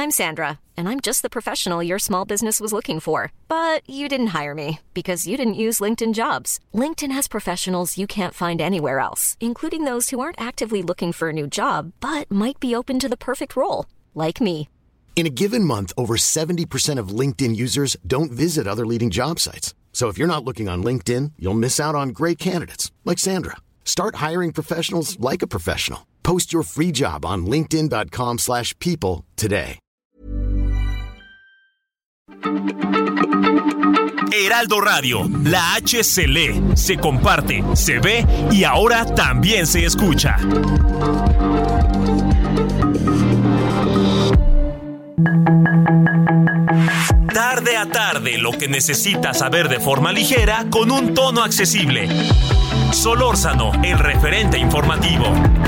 I'm Sandra, and I'm just the professional your small business was looking for. But you didn't hire me because you didn't use LinkedIn Jobs. LinkedIn has professionals you can't find anywhere else, including those who aren't actively looking for a new job, but might be open to the perfect role, like me. In a given month, over 70% of LinkedIn users don't visit other leading job sites. So if you're not looking on LinkedIn, you'll miss out on great candidates like Sandra. Start hiring professionals like a professional. Post your free job on linkedin.com/people today. Heraldo Radio, la H se lee, se comparte, se ve y ahora también se escucha. Tarde a tarde, lo que necesitas saber de forma ligera con un tono accesible. Solórzano, el referente informativo.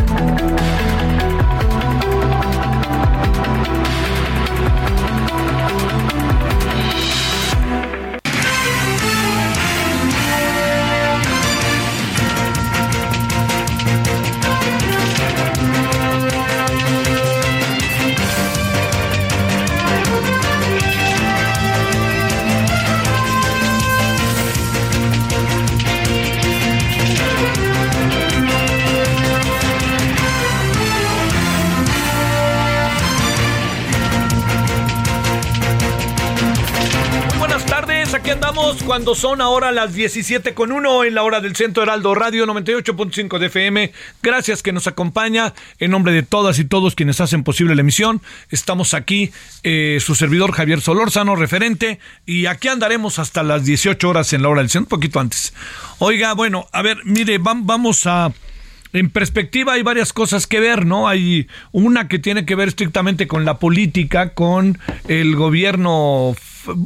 Aquí andamos cuando son ahora las 17:01 en la hora del centro. Heraldo Radio 98.5 de FM. Gracias que nos acompaña. En nombre de todas y todos quienes hacen posible la emisión, estamos aquí, su servidor Javier Solórzano, referente, y aquí andaremos hasta las 18 horas en la hora del centro, un poquito antes. Oiga, bueno, a ver, mire, vamos a... En perspectiva hay varias cosas que ver, ¿no? Hay una que tiene que ver estrictamente con la política, con el gobierno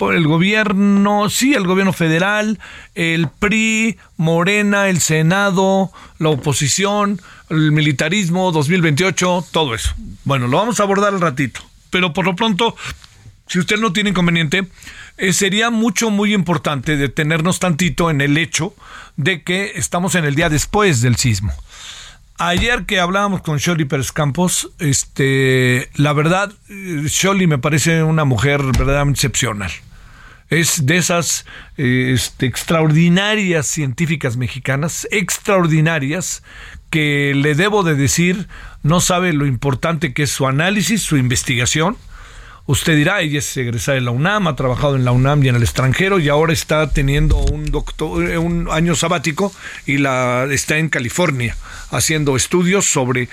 federal, el PRI, Morena, el Senado, la oposición, el militarismo, 2028, todo eso. Bueno, lo vamos a abordar al ratito, pero por lo pronto, si usted no tiene inconveniente, sería muy importante detenernos tantito en el hecho de que estamos en el día después del sismo. Ayer que hablábamos con Xoli Pérez Campos, la verdad, Xoli me parece una mujer verdaderamente excepcional. Es de esas extraordinarias científicas mexicanas, extraordinarias, que le debo de decir, no sabe lo importante que es su análisis, su investigación. Usted dirá, ella es egresada de la UNAM, ha trabajado en la UNAM y en el extranjero y ahora está teniendo un año sabático y está en California haciendo estudios sobre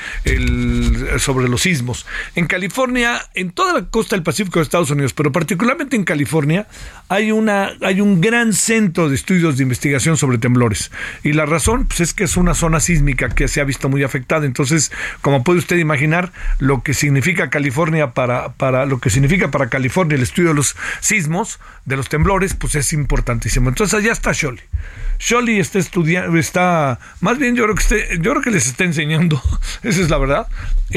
los sismos. En California, en toda la costa del Pacífico de Estados Unidos, pero particularmente en California, hay un gran centro de estudios de investigación sobre temblores. Y la razón, pues, es que es una zona sísmica que se ha visto muy afectada. Entonces, como puede usted imaginar, lo que significa California para California el estudio de los sismos, de los temblores, pues es importantísimo. Entonces allá está Xoli. Xoli está estudiando, más bien yo creo que les está enseñando, esa es la verdad.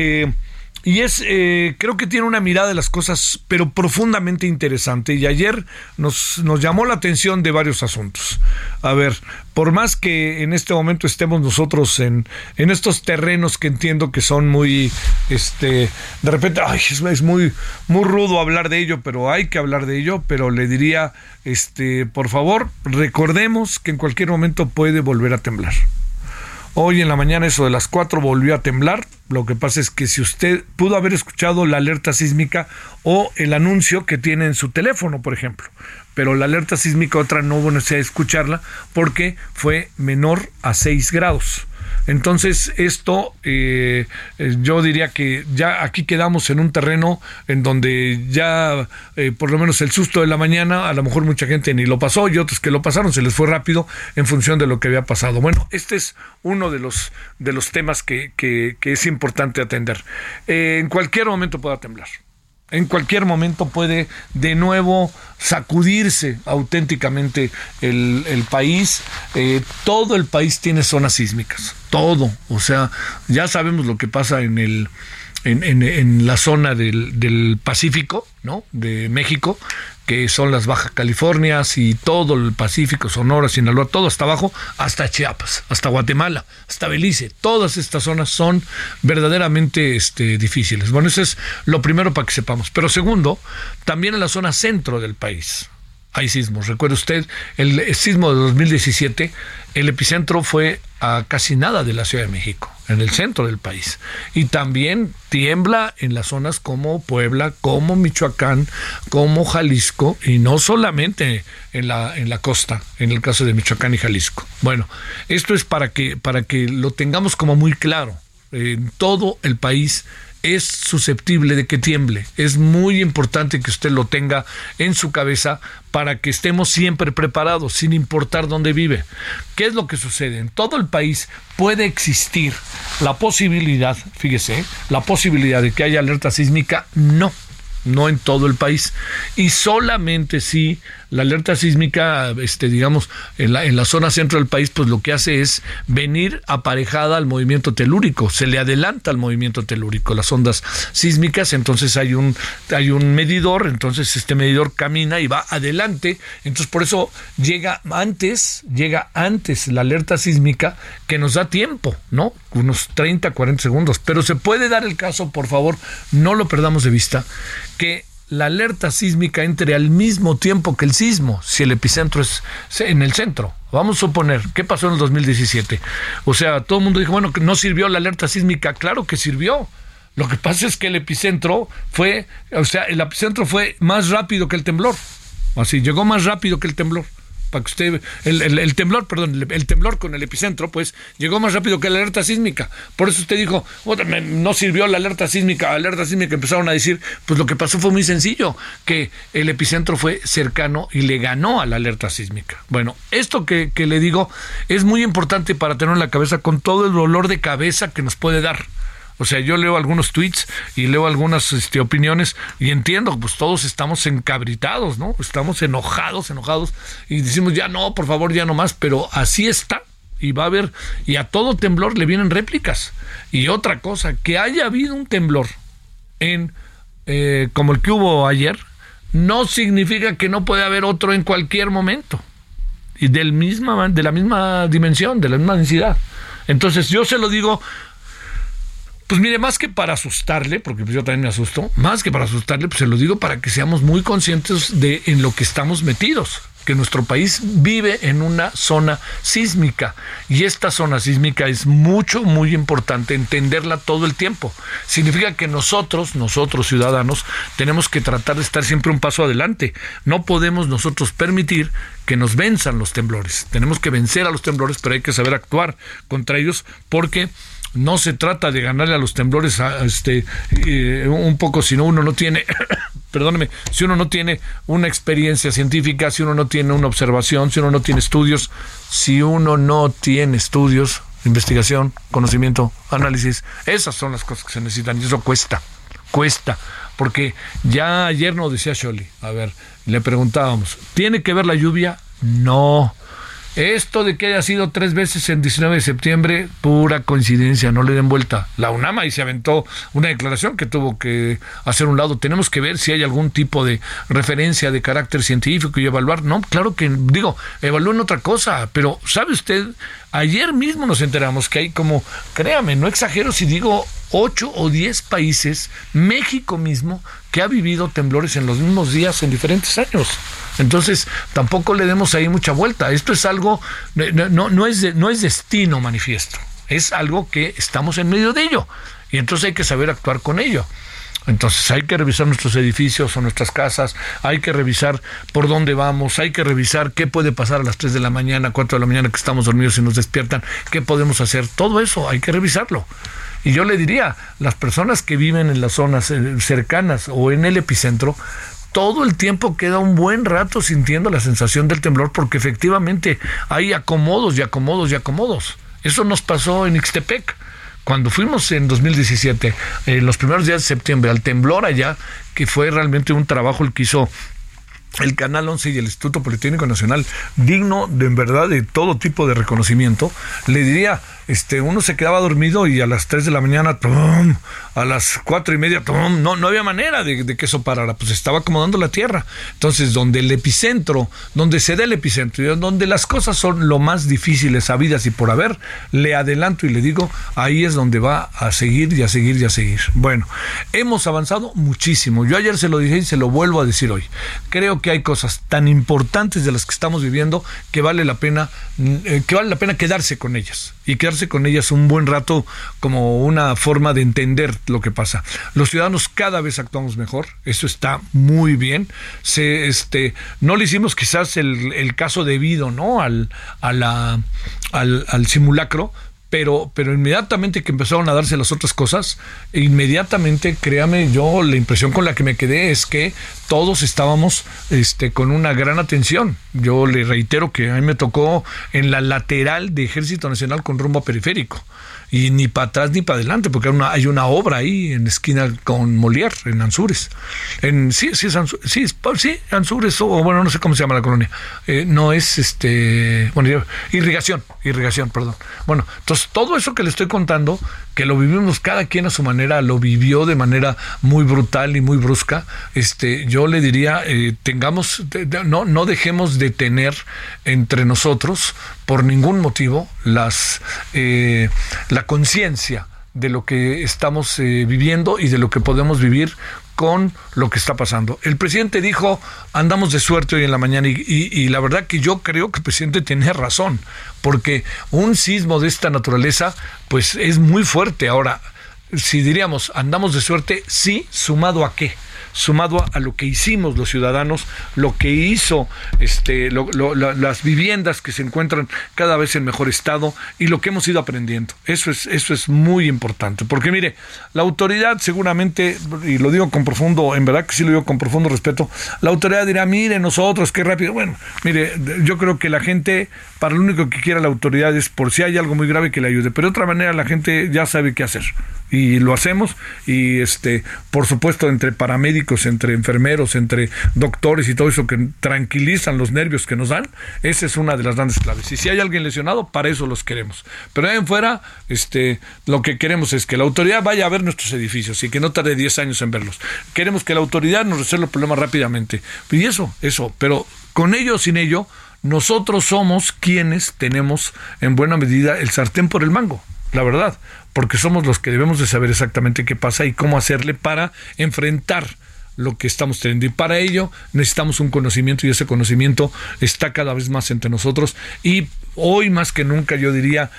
Y creo que tiene una mirada de las cosas, pero profundamente interesante. Y ayer nos llamó la atención de varios asuntos. A ver, por más que en este momento estemos nosotros en estos terrenos que entiendo que son muy, de repente, es muy rudo hablar de ello, pero hay que hablar de ello. Pero le diría, por favor, recordemos que en cualquier momento puede volver a temblar. Hoy en la mañana, eso de las 4, volvió a temblar. Lo que pasa es que si usted pudo haber escuchado la alerta sísmica o el anuncio que tiene en su teléfono, por ejemplo, pero la alerta sísmica otra no hubo necesidad de escucharla porque fue menor a 6 grados. Entonces esto, yo diría que ya aquí quedamos en un terreno en donde ya por lo menos el susto de la mañana, a lo mejor mucha gente ni lo pasó y otros que lo pasaron se les fue rápido en función de lo que había pasado. Bueno, este es uno de los temas que es importante atender. En cualquier momento pueda temblar. En cualquier momento puede de nuevo sacudirse auténticamente el país. Todo el país tiene zonas sísmicas, todo. O sea, ya sabemos lo que pasa en en la zona del Pacífico, ¿no? De México, que son las Baja Californias y todo el Pacífico, Sonora, Sinaloa, todo hasta abajo, hasta Chiapas, hasta Guatemala, hasta Belice. Todas estas zonas son verdaderamente difíciles. Bueno, eso es lo primero para que sepamos. Pero segundo, también en la zona centro del país hay sismos. Recuerde usted, el sismo de 2017, el epicentro fue a casi nada de la Ciudad de México, en el centro del país. Y también tiembla en las zonas como Puebla, como Michoacán, como Jalisco, y no solamente en la costa, en el caso de Michoacán y Jalisco. Bueno, esto es para que lo tengamos como muy claro. En todo el país es susceptible de que tiemble. Es muy importante que usted lo tenga en su cabeza para que estemos siempre preparados, sin importar dónde vive. ¿Qué es lo que sucede? En todo el país puede existir la posibilidad, fíjese, la posibilidad de que haya alerta sísmica, no en todo el país, y solamente si la alerta sísmica, digamos, en la zona centro del país, pues lo que hace es venir aparejada al movimiento telúrico, se le adelanta al movimiento telúrico, las ondas sísmicas, entonces hay un medidor, entonces este medidor camina y va adelante, entonces por eso llega antes la alerta sísmica, que nos da tiempo, ¿no? Unos 30, 40 segundos, pero se puede dar el caso, por favor, no lo perdamos de vista, que la alerta sísmica entre al mismo tiempo que el sismo, si el epicentro es en el centro. Vamos a suponer, ¿qué pasó en el 2017? O sea, todo el mundo dijo, bueno, que no sirvió la alerta sísmica. Claro que sirvió. Lo que pasa es que el epicentro fue más rápido que el temblor. Así, llegó más rápido que el temblor. Para que usted, el temblor con el epicentro, pues, llegó más rápido que la alerta sísmica. Por eso usted dijo, no sirvió la alerta sísmica, empezaron a decir, pues lo que pasó fue muy sencillo, que el epicentro fue cercano y le ganó a la alerta sísmica. Bueno, esto que le digo es muy importante para tener en la cabeza con todo el dolor de cabeza que nos puede dar. O sea, yo leo algunos tweets y leo algunas opiniones y entiendo, pues todos estamos encabritados, ¿no? Estamos enojados y decimos, ya no, por favor, ya no más, pero así está. Y va a haber, y a todo temblor le vienen réplicas. Y otra cosa, que haya habido un temblor como el que hubo ayer, no significa que no puede haber otro en cualquier momento. Y de la misma dimensión, de la misma densidad. Entonces yo se lo digo, pues mire, más que para asustarle, porque pues yo también me asusto, más que para asustarle, pues se lo digo para que seamos muy conscientes en lo que estamos metidos, que nuestro país vive en una zona sísmica, y esta zona sísmica es muy importante entenderla todo el tiempo. Significa que nosotros ciudadanos, tenemos que tratar de estar siempre un paso adelante. No podemos nosotros permitir que nos venzan los temblores. Tenemos que vencer a los temblores, pero hay que saber actuar contra ellos, porque no se trata de ganarle a los temblores un poco si uno no tiene si uno no tiene una experiencia científica, si uno no tiene una observación, si uno no tiene estudios, investigación, conocimiento, análisis. Esas son las cosas que se necesitan y eso cuesta, porque ya ayer nos decía Xoli, a ver, le preguntábamos, ¿tiene que ver la lluvia? No. Esto de que haya sido 3 veces en 19 de septiembre, pura coincidencia, no le den vuelta. La UNAM ahí se aventó una declaración que tuvo que hacer un lado. Tenemos que ver si hay algún tipo de referencia de carácter científico y evaluar. No, claro que, evalúen otra cosa, pero ¿sabe usted? Ayer mismo nos enteramos que hay créame, no exagero si digo 8 o 10 países, México mismo, que ha vivido temblores en los mismos días en diferentes años. Entonces, tampoco le demos ahí mucha vuelta. Esto es algo, no es destino manifiesto, es algo que estamos en medio de ello, y entonces hay que saber actuar con ello. Entonces hay que revisar nuestros edificios o nuestras casas, hay que revisar por dónde vamos, hay que revisar qué puede pasar a las 3 de la mañana, 4 de la mañana que estamos dormidos y nos despiertan, qué podemos hacer. Todo eso hay que revisarlo. Y yo le diría, las personas que viven en las zonas cercanas o en el epicentro, todo el tiempo queda un buen rato sintiendo la sensación del temblor, porque efectivamente hay acomodos y acomodos y acomodos. Eso nos pasó en Ixtepec. Cuando fuimos en 2017, los primeros días de septiembre, al temblor allá, que fue realmente un trabajo el que hizo el Canal 11 y el Instituto Politécnico Nacional, digno de en verdad de todo tipo de reconocimiento, le diría, uno se quedaba dormido y a las 3 de la mañana, ¡tum!, a las 4:30, ¡tum!, no había manera de que eso parara, pues estaba acomodando la tierra. Entonces, donde se da el epicentro, y donde las cosas son lo más difíciles habidas y por haber, le adelanto y le digo, ahí es donde va a seguir y a seguir y a seguir. Bueno, hemos avanzado muchísimo. Yo ayer se lo dije y se lo vuelvo a decir hoy. Creo que hay cosas tan importantes de las que estamos viviendo que vale la pena quedarse con ellas, y quedarse con ellas un buen rato como una forma de entender lo que pasa. Los ciudadanos cada vez actuamos mejor, eso está muy bien. No le hicimos quizás el caso debido, ¿no?, al simulacro, pero inmediatamente que empezaron a darse las otras cosas, inmediatamente, créame, yo la impresión con la que me quedé es que todos estábamos con una gran atención. Yo le reitero que a mí me tocó en la lateral de Ejército Nacional con rumbo a Periférico, y ni para atrás ni para adelante, porque hay una obra ahí en esquina con Molière, en Anzures. Anzures, o bueno, no sé cómo se llama la colonia. No es Irrigación, perdón. Bueno, entonces todo eso que le estoy contando, que lo vivimos cada quien a su manera, lo vivió de manera muy brutal y muy brusca, yo le diría, no dejemos de tener entre nosotros por ningún motivo la conciencia de lo que estamos viviendo y de lo que podemos vivir con lo que está pasando. El presidente dijo, andamos de suerte hoy en la mañana, y la verdad que yo creo que el presidente tenía razón, porque un sismo de esta naturaleza pues es muy fuerte. Ahora, si diríamos andamos de suerte, sí, ¿sumado a qué? Sumado a lo que hicimos los ciudadanos, lo que hizo las viviendas que se encuentran cada vez en mejor estado, y lo que hemos ido aprendiendo. Eso es muy importante, porque mire, la autoridad seguramente, y lo digo con profundo, en verdad que sí lo digo con profundo respeto, la autoridad dirá, mire, nosotros, qué rápido. Bueno, mire, yo creo que la gente, para lo único que quiera la autoridad es por si hay algo muy grave que le ayude, pero de otra manera la gente ya sabe qué hacer, y lo hacemos, y por supuesto, entre paramédicos, entre enfermeros, entre doctores y todo eso que tranquilizan los nervios que nos dan, esa es una de las grandes claves. Y si hay alguien lesionado, para eso los queremos. Pero ahí en fuera, lo que queremos es que la autoridad vaya a ver nuestros edificios y que no tarde 10 años en verlos. Queremos que la autoridad nos resuelva el problema rápidamente. Y eso, pero con ello o sin ello, nosotros somos quienes tenemos en buena medida el sartén por el mango, la verdad, porque somos los que debemos de saber exactamente qué pasa y cómo hacerle para enfrentar lo que estamos teniendo, y para ello necesitamos un conocimiento, y ese conocimiento está cada vez más entre nosotros, y hoy más que nunca yo diría,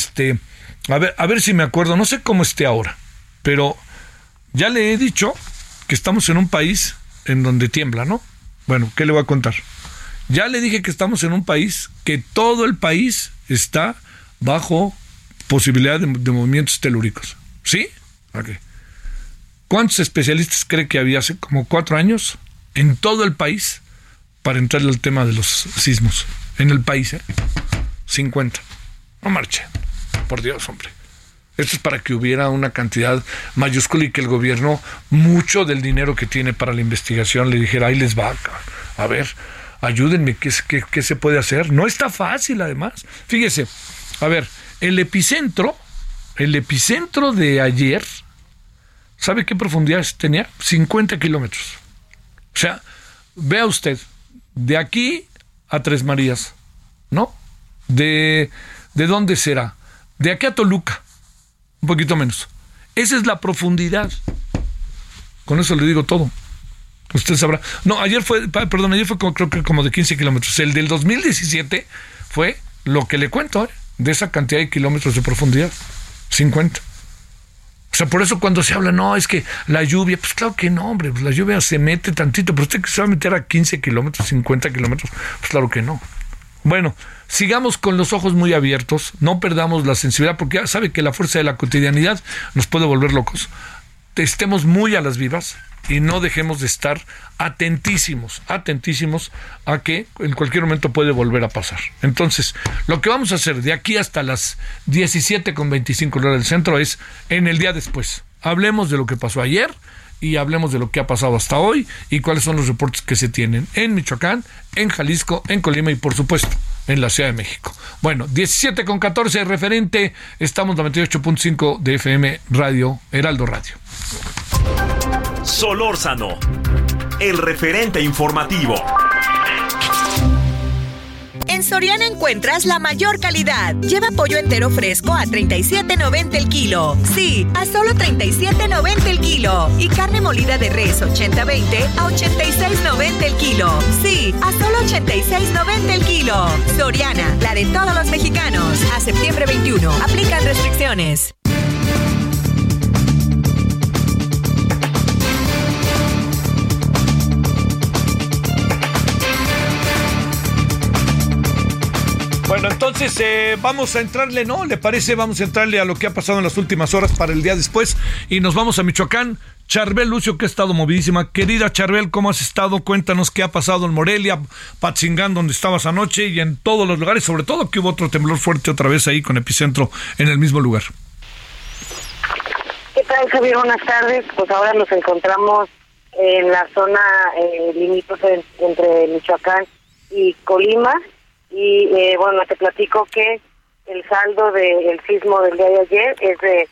a ver si me acuerdo, no sé cómo esté ahora, pero ya le he dicho que estamos en un país en donde tiembla, ¿no? Bueno, ¿qué le voy a contar? Ya le dije que estamos en un país que todo el país está bajo posibilidad de movimientos telúricos, ¿sí? Okay. ¿Cuántos especialistas cree que había hace como 4 años en todo el país para entrarle al tema de los sismos? En el país, 50. No marchen, por Dios, hombre. Esto es para que hubiera una cantidad mayúscula y que el gobierno, mucho del dinero que tiene para la investigación, le dijera, ahí les va, a ver, ayúdenme, ¿qué se puede hacer? No está fácil, además. Fíjese, a ver, el epicentro de ayer, ¿sabe qué profundidad tenía? 50 kilómetros. O sea, vea usted, de aquí a Tres Marías, ¿no? ¿De dónde será? De aquí a Toluca, un poquito menos. Esa es la profundidad. Con eso le digo todo. Usted sabrá. No, ayer fue creo que como de 15 kilómetros. El del 2017 fue lo que le cuento, de esa cantidad de kilómetros de profundidad. 50. O sea, por eso cuando se habla, no, es que la lluvia, pues claro que no, hombre, pues la lluvia se mete tantito, pero usted que se va a meter a 15 kilómetros, 50 kilómetros, pues claro que no. Bueno, sigamos con los ojos muy abiertos, no perdamos la sensibilidad, porque ya sabe que la fuerza de la cotidianidad nos puede volver locos. Estemos muy a las vivas y no dejemos de estar atentísimos a que en cualquier momento puede volver a pasar. Entonces, lo que vamos a hacer de aquí hasta las 17:25 horas del centro es en el día después. Hablemos de lo que pasó ayer y hablemos de lo que ha pasado hasta hoy y cuáles son los reportes que se tienen en Michoacán, en Jalisco, en Colima y por supuesto en la Ciudad de México. Bueno, 17:14, referente, estamos 98.5 de FM Radio, Heraldo Radio. Solórzano, el referente informativo. En Soriana encuentras la mayor calidad. Lleva pollo entero fresco a $37.90 el kilo. Sí, a solo $37.90 el kilo. Y carne molida de res 80-20 a $86.90 el kilo. Sí, a solo $86.90 el kilo. Soriana, la de todos los mexicanos. A septiembre 21. Aplican restricciones. Bueno, entonces vamos a entrarle, ¿no? ¿Le parece? Vamos a entrarle a lo que ha pasado en las últimas horas para el día después y nos vamos a Michoacán. Charbel Lucio, que ha estado movidísima. Querida Charbel, ¿cómo has estado? Cuéntanos qué ha pasado en Morelia, Patzingán, donde estabas anoche, y en todos los lugares, sobre todo que hubo otro temblor fuerte otra vez ahí con epicentro en el mismo lugar. ¿Qué tal, Javier? Buenas tardes. Pues ahora nos encontramos en la zona limítrofe entre Michoacán y Colima. Y bueno, te platico que el saldo del sismo del día de ayer es de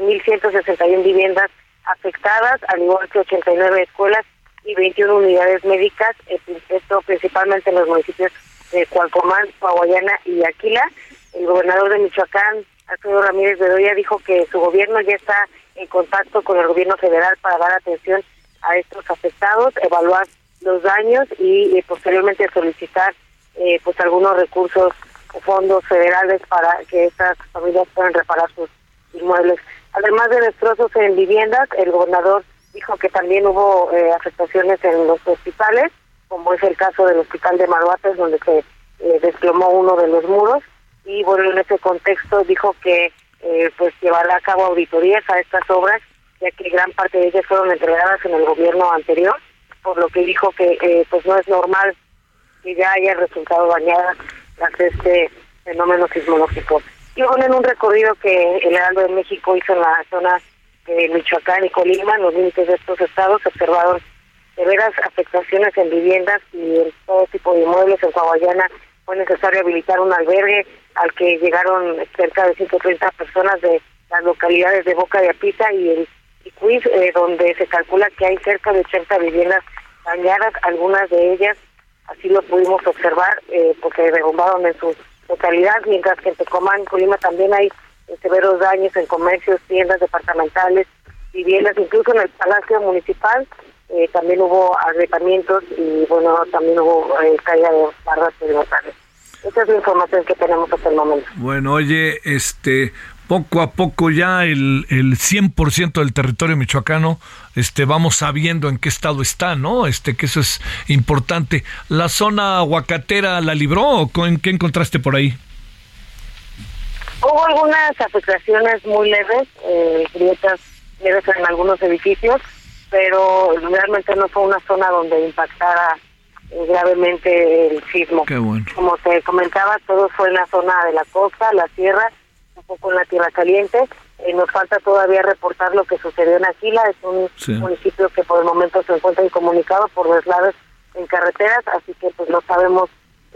3.161 viviendas afectadas, al igual que 89 escuelas y 21 unidades médicas, esto principalmente en los municipios de Cualcomán, Coahuayana y Aquila. El gobernador de Michoacán, Alfredo Ramírez Bedoya, dijo que su gobierno ya está en contacto con el gobierno federal para dar atención a estos afectados, evaluar los daños y posteriormente solicitar pues algunos recursos o fondos federales para que estas familias puedan reparar sus inmuebles. Además de destrozos en viviendas, el gobernador dijo que también hubo afectaciones en los hospitales, como es el caso del hospital de Maruates, donde se desplomó uno de los muros, y bueno, en ese contexto dijo que pues llevará a cabo auditorías a estas obras, ya que gran parte de ellas fueron entregadas en el gobierno anterior, por lo que dijo que pues no es normal que ya haya resultado dañada tras este fenómeno sismológico. Y bueno, en un recorrido que el Heraldo de México hizo en la zona de Michoacán y Colima, en los límites de estos estados, se observaron severas afectaciones en viviendas y en todo tipo de inmuebles. En Coahuayana fue necesario habilitar un albergue al que llegaron cerca de 130 personas de las localidades de Boca de Apita y el Icuis, donde se calcula que hay cerca de 80 viviendas dañadas, algunas de ellas así lo pudimos observar porque derrumbaron en su totalidad, mientras que en Tecomán, Colima, también hay severos daños en comercios, tiendas departamentales, viviendas, incluso en el Palacio Municipal también hubo agrietamientos y bueno, también hubo caída de barras y mortales. Esa es la información que tenemos hasta el momento. Bueno, oye, poco a poco ya el 100% del territorio michoacano vamos sabiendo en qué estado está, ¿no? Que eso es importante. ¿La zona aguacatera la libró o en qué encontraste por ahí? Hubo algunas afectaciones muy leves, grietas leves en algunos edificios, pero realmente no fue una zona donde impactara gravemente el sismo. Qué bueno. Como te comentaba, todo fue en la zona de la costa, la sierra, un poco en la Tierra Caliente. Nos falta todavía reportar lo que sucedió en Aquila, es un municipio que por el momento se encuentra incomunicado por deslaves en carreteras, así que pues no sabemos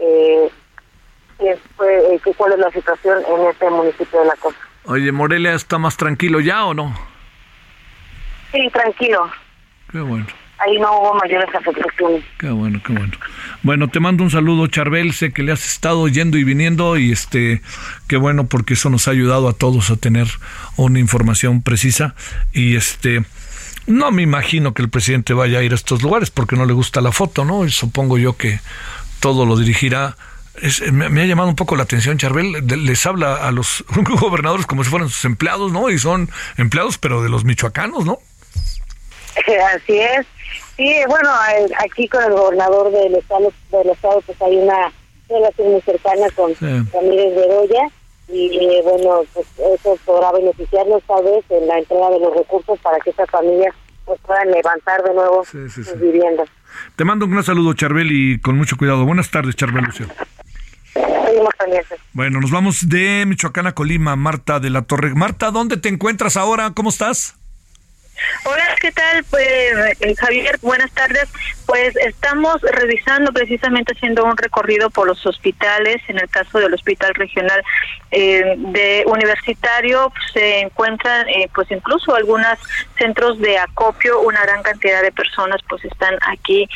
cuál es la situación en este municipio de la costa. Oye, ¿Morelia está más tranquilo ya o no? Sí, tranquilo. Qué bueno. Ahí no hubo mayores afectaciones. Qué bueno, qué bueno. Bueno, te mando un saludo, Charbel, sé que le has estado yendo y viniendo y qué bueno porque eso nos ha ayudado a todos a tener una información precisa y no me imagino que el presidente vaya a ir a estos lugares porque no le gusta la foto, ¿no? Y supongo yo que todo lo dirigirá. Me ha llamado un poco la atención, Charbel, les habla a los gobernadores como si fueran sus empleados, ¿no? Y son empleados, pero de los michoacanos, ¿no? Así es. Sí, bueno, aquí con el gobernador del estado pues hay una relación muy cercana con Ramírez Bedoya y bueno, pues eso podrá beneficiarnos tal vez en la entrega de los recursos para que estas familias pues puedan levantar de nuevo sus viviendas. Te mando un gran saludo, Charbel, y con mucho cuidado. Buenas tardes, Charbel Lucio. Seguimos pendientes. Bueno, nos vamos de Michoacán a Colima. Marta de la Torre. Marta, ¿dónde te encuentras ahora? ¿Cómo estás? Hola, ¿qué tal? Pues Javier, buenas tardes. Pues estamos revisando, precisamente haciendo un recorrido por los hospitales. En el caso del Hospital Regional de Universitario, se encuentran pues incluso algunos centros de acopio. Una gran cantidad de personas pues están aquí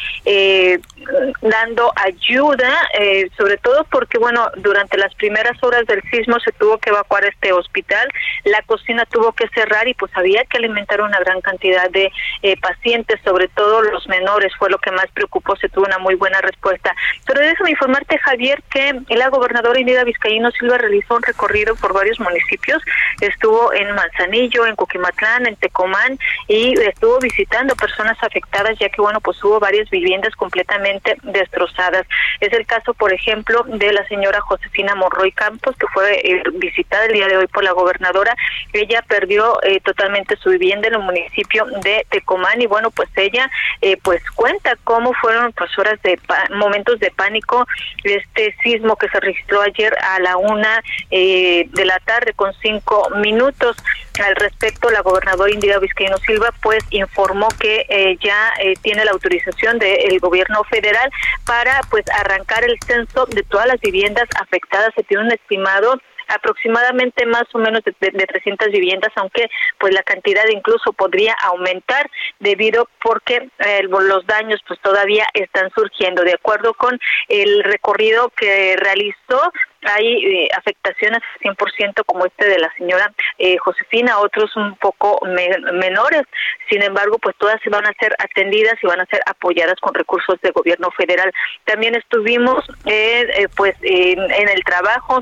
dando ayuda, sobre todo porque, bueno, durante las primeras horas del sismo se tuvo que evacuar este hospital. La cocina tuvo que cerrar y pues había que alimentar una gran cantidad de pacientes, sobre todo los menores, fue lo que más preocupó. Se tuvo una muy buena respuesta. Pero déjame informarte, Javier, que la gobernadora Indira Vizcaíno Silva realizó un recorrido por varios municipios. Estuvo en Manzanillo, en Coquimatlán, en Tecomán, y estuvo visitando personas afectadas, ya que, bueno, pues hubo varias viviendas completamente destrozadas. Es el caso, por ejemplo, de la señora Josefina Monroy Campos, que fue visitada el día de hoy por la gobernadora. Ella perdió totalmente su vivienda en el municipio de Tecomán, y bueno, pues ella pues cuenta cómo fueron pues horas de momentos de pánico. Este sismo que se registró ayer a la 1:00 de la tarde con 5 minutos. Al respecto, la gobernadora Indira Vizcaíno Silva pues informó que ya tiene la autorización del gobierno federal para pues arrancar el censo de todas las viviendas afectadas. Se tiene un estimado aproximadamente más o menos de 300 viviendas, aunque pues la cantidad incluso podría aumentar debido porque los daños pues todavía están surgiendo. De acuerdo con el recorrido que realizó, hay afectaciones 100% como de la señora Josefina, otros un poco menores. Sin embargo, pues todas se van a ser atendidas y van a ser apoyadas con recursos del gobierno federal. También estuvimos pues en el trabajo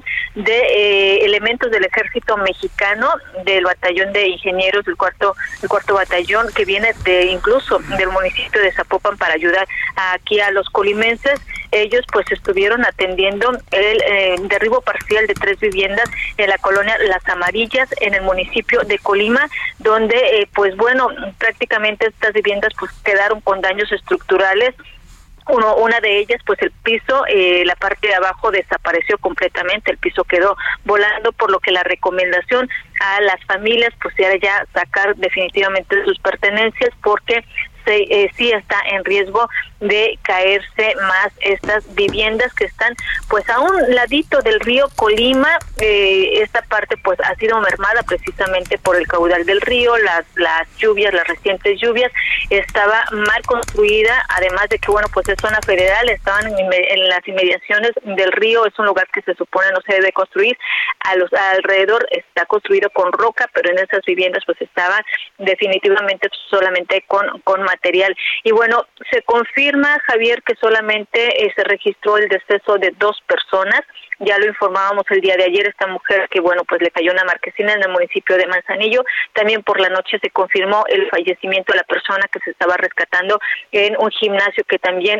de elementos del ejército mexicano, del batallón de ingenieros del cuarto batallón, que viene incluso del municipio de Zapopan para ayudar aquí a los colimenses. Ellos pues estuvieron atendiendo el derribo parcial de 3 viviendas en la colonia Las Amarillas, en el municipio de Colima, donde pues bueno, prácticamente estas viviendas pues quedaron con daños estructurales. Una de ellas, pues el piso, la parte de abajo desapareció completamente, el piso quedó volando, por lo que la recomendación a las familias pues era ya sacar definitivamente sus pertenencias, porque sí está en riesgo de caerse más estas viviendas que están pues a un ladito del río Colima. Esta parte pues ha sido mermada precisamente por el caudal del río, las lluvias, las recientes lluvias. Estaba mal construida, además de que, bueno, pues es zona federal, estaban en las inmediaciones del río. Es un lugar que se supone no se debe construir. Alrededor está construido con roca, pero en esas viviendas pues estaban definitivamente solamente con material. Y bueno, se confirma, Javier, que solamente se registró el deceso de 2 personas. Ya lo informábamos el día de ayer, esta mujer que, bueno, pues le cayó una marquesina en el municipio de Manzanillo. También por la noche se confirmó el fallecimiento de la persona que se estaba rescatando en un gimnasio que también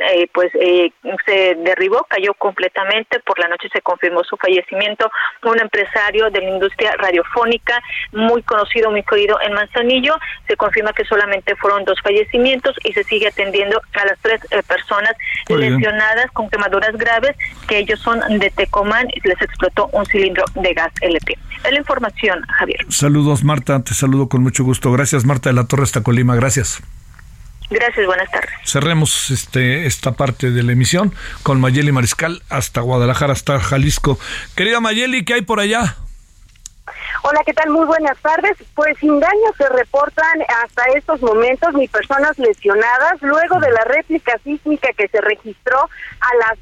se derribó, cayó completamente. Por la noche se confirmó su fallecimiento, un empresario de la industria radiofónica muy conocido, muy querido en Manzanillo. Se confirma que solamente fueron 2 fallecimientos y se sigue atendiendo a las 3 personas lesionadas con quemaduras graves, que ellos son de Tecomán, y les explotó un cilindro de gas LP. Es la información, Javier. Saludos, Marta, te saludo con mucho gusto. Gracias, Marta de la Torre hasta Colima, gracias. Gracias, buenas tardes. Cerremos esta parte de la emisión con Mayeli Mariscal hasta Guadalajara, hasta Jalisco. Querida Mayeli, ¿qué hay por allá? Hola, ¿qué tal? Muy buenas tardes. Pues sin daños se reportan hasta estos momentos ni personas lesionadas luego de la réplica sísmica que se registró a las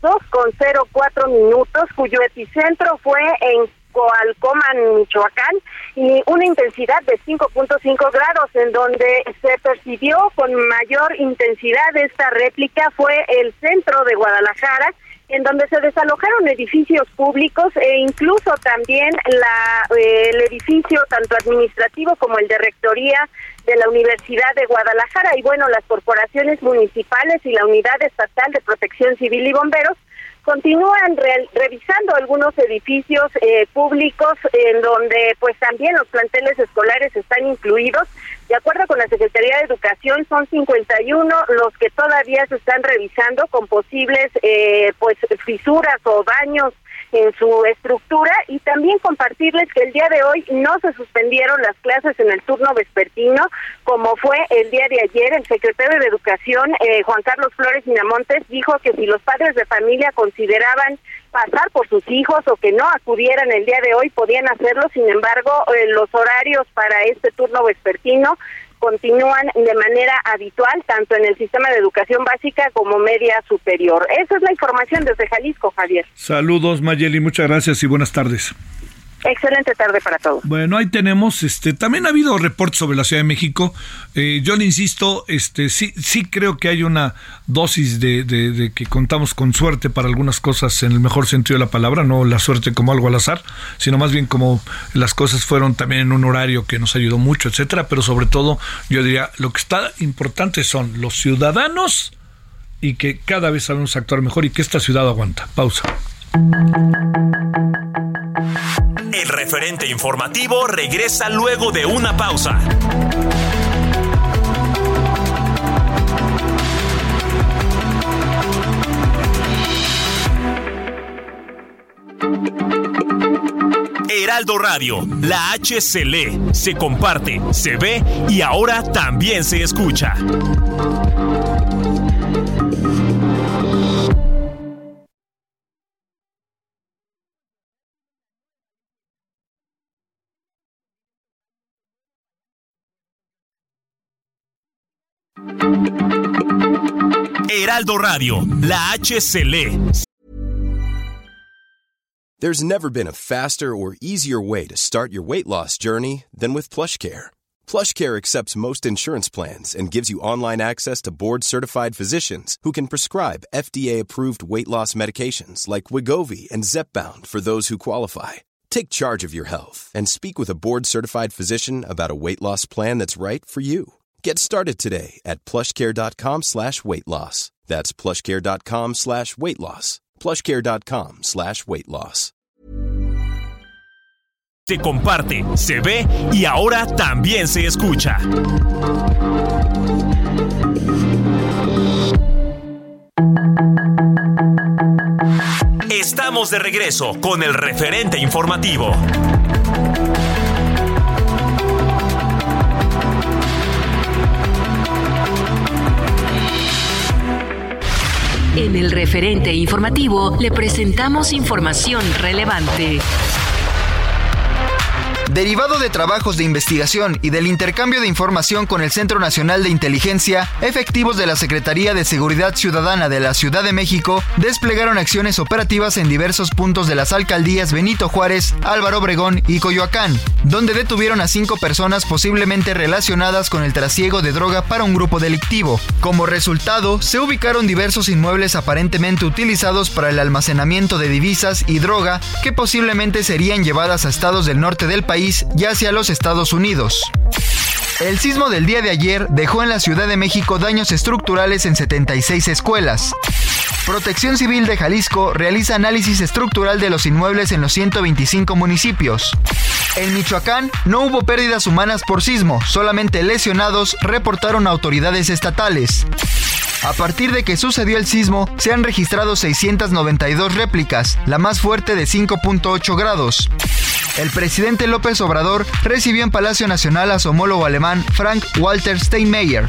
2:04 cuyo epicentro fue en Coalcoman, Michoacán, y una intensidad de 5.5 grados, en donde se percibió con mayor intensidad esta réplica fue el centro de Guadalajara, en donde se desalojaron edificios públicos e incluso también el edificio tanto administrativo como el de rectoría de la Universidad de Guadalajara. Y bueno, las corporaciones municipales y la Unidad Estatal de Protección Civil y Bomberos continúan revisando algunos edificios públicos en donde pues también los planteles escolares están incluidos. De acuerdo con la Secretaría de Educación, son 51 los que todavía se están revisando con posibles pues fisuras o daños en su estructura, y también compartirles que el día de hoy no se suspendieron las clases en el turno vespertino, como fue el día de ayer. El secretario de Educación, Juan Carlos Flores Miramontes, dijo que si los padres de familia consideraban pasar por sus hijos o que no acudieran el día de hoy, podían hacerlo. Sin embargo, los horarios para este turno vespertino continúan de manera habitual, tanto en el sistema de educación básica como media superior. Esa es la información desde Jalisco, Javier. Saludos, Mayeli, muchas gracias y buenas tardes. Excelente tarde para todos. Bueno, ahí tenemos, también ha habido reportes sobre la Ciudad de México. Yo le insisto, sí creo que hay una dosis de que contamos con suerte para algunas cosas en el mejor sentido de la palabra, no la suerte como algo al azar, sino más bien como las cosas fueron también en un horario que nos ayudó mucho, etcétera, pero sobre todo, yo diría, lo que está importante son los ciudadanos y que cada vez sabemos actuar mejor y que esta ciudad aguanta. Pausa. El referente informativo regresa luego de una pausa. Heraldo Radio, la H se lee, se comparte, se ve y ahora también se escucha. Heraldo Radio, la H se lee. There's never been a faster or easier way to start your weight loss journey than with PlushCare. PlushCare accepts most insurance plans and gives you online access to board-certified physicians who can prescribe FDA-approved weight loss medications like Wegovy and Zepbound for those who qualify. Take charge of your health and speak with a board-certified physician about a weight loss plan that's right for you. Get started today at plushcare.com/weight loss. That's plushcare.com/weight loss. plushcare.com/weight loss. Se comparte, se ve y ahora también se escucha. Estamos de regreso con el referente informativo. En el referente informativo le presentamos información relevante. Derivado de trabajos de investigación y del intercambio de información con el Centro Nacional de Inteligencia, efectivos de la Secretaría de Seguridad Ciudadana de la Ciudad de México desplegaron acciones operativas en diversos puntos de las alcaldías Benito Juárez, Álvaro Obregón y Coyoacán, donde detuvieron a 5 personas posiblemente relacionadas con el trasiego de droga para un grupo delictivo. Como resultado, se ubicaron diversos inmuebles aparentemente utilizados para el almacenamiento de divisas y droga que posiblemente serían llevadas a estados del norte del país y hacia los Estados Unidos. El sismo del día de ayer dejó en la Ciudad de México daños estructurales en 76 escuelas. Protección Civil de Jalisco realiza análisis estructural de los inmuebles en los 125 municipios. En Michoacán no hubo pérdidas humanas por sismo, solamente lesionados, reportaron autoridades estatales. A partir de que sucedió el sismo, se han registrado 692 réplicas, la más fuerte de 5.8 grados. El presidente López Obrador recibió en Palacio Nacional a su homólogo alemán Frank-Walter Steinmeier.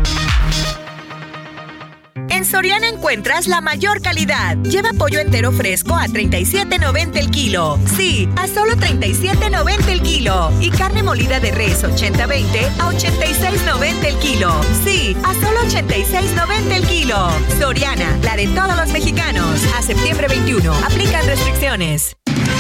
En Soriana encuentras la mayor calidad. Lleva pollo entero fresco a $37.90 el kilo. Sí, a solo $37.90 el kilo. Y carne molida de res 80-20 a $86.90 el kilo. Sí, a solo $86.90 el kilo. Soriana, la de todos los mexicanos. A septiembre 21. Aplican restricciones.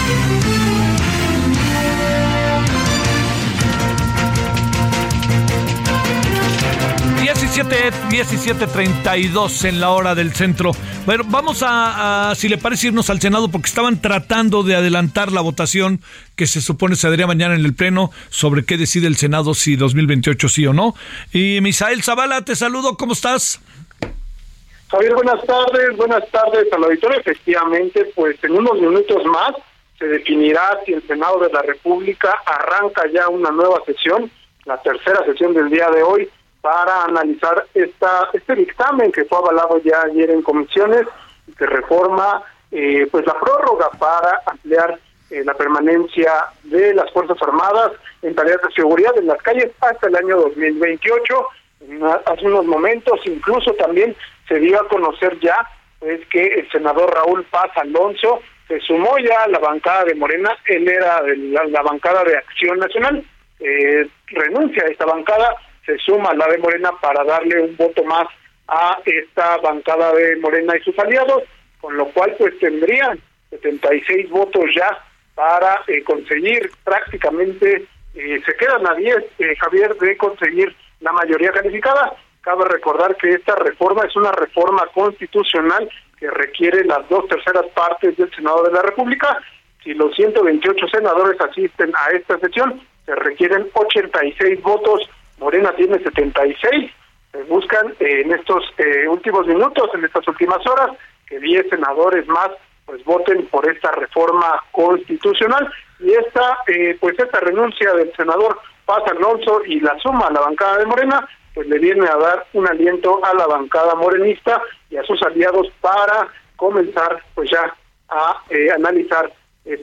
17:32 en la hora del centro. Bueno, vamos a si le parece, irnos al Senado porque estaban tratando de adelantar la votación que se supone se daría mañana en el Pleno sobre qué decide el Senado, si 2028 sí o no. Y Misael Zavala, te saludo, ¿cómo estás? Javier, buenas tardes al auditorio. Efectivamente, pues en unos minutos más se definirá si el Senado de la República arranca ya una nueva sesión, la tercera sesión del día de hoy, para analizar este dictamen que fue avalado ya ayer en comisiones y que reforma pues la prórroga para ampliar la permanencia de las Fuerzas Armadas en tareas de seguridad en las calles hasta el año 2028. Hace unos momentos incluso también se dio a conocer ya pues que el senador Raúl Paz Alonso se sumó ya a la bancada de Morena. Él era de la bancada de Acción Nacional, renuncia a esta bancada, se suma a la de Morena para darle un voto más a esta bancada de Morena y sus aliados, con lo cual pues tendrían 76 votos ya para conseguir prácticamente, se quedan a 10, Javier, de conseguir la mayoría calificada. Cabe recordar que esta reforma es una reforma constitucional que requiere las 2/3 partes del Senado de la República. Si los 128 senadores asisten a esta sesión, se requieren 86 votos. Morena tiene 76. Se buscan en estos últimos minutos, en estas últimas horas, que 10 senadores más pues voten por esta reforma constitucional. Y esta renuncia del senador Paz Alonso y la suma a la bancada de Morena, pues le viene a dar un aliento a la bancada morenista y a sus aliados para comenzar pues ya a analizar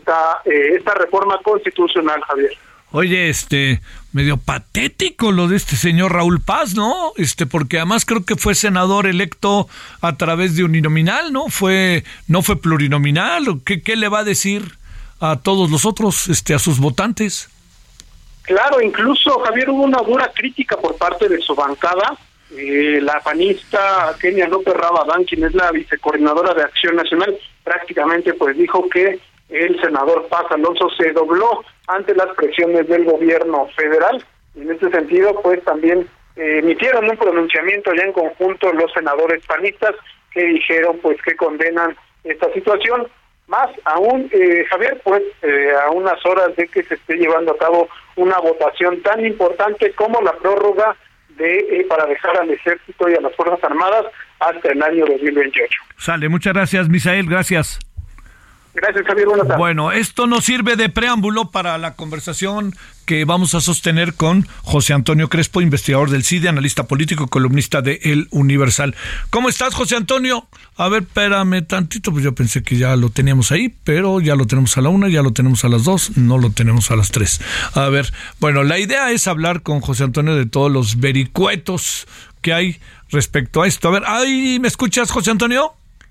esta reforma constitucional, Javier. Oye, medio patético lo de este señor Raúl Paz, ¿no? Porque además creo que fue senador electo a través de uninominal, ¿no? No fue plurinominal. ¿Qué le va a decir a todos los otros, a sus votantes? Claro, incluso, Javier, hubo una dura crítica por parte de su bancada. La panista Kenia López Rabadán, quien es la vicecoordinadora de Acción Nacional, prácticamente pues dijo que el senador Paz Alonso se dobló ante las presiones del gobierno federal. En este sentido, pues también emitieron un pronunciamiento ya en conjunto los senadores panistas que dijeron pues que condenan esta situación. Más aún, Javier, pues a unas horas de que se esté llevando a cabo una votación tan importante como la prórroga para dejar al Ejército y a las Fuerzas Armadas hasta el año 2028. Sale, muchas gracias, Misael, gracias. Gracias, Javier, buenas tardes. Bueno, esto nos sirve de preámbulo para la conversación que vamos a sostener con José Antonio Crespo, investigador del CIDE, analista político y columnista de El Universal. ¿Cómo estás, José Antonio? A ver, espérame tantito, pues yo pensé que ya lo teníamos ahí, pero ya lo tenemos a la 1, ya lo tenemos a las 2, no lo tenemos a las 3. A ver, bueno, la idea es hablar con José Antonio de todos los vericuetos que hay respecto a esto. A ver, ¿me escuchas, José Antonio?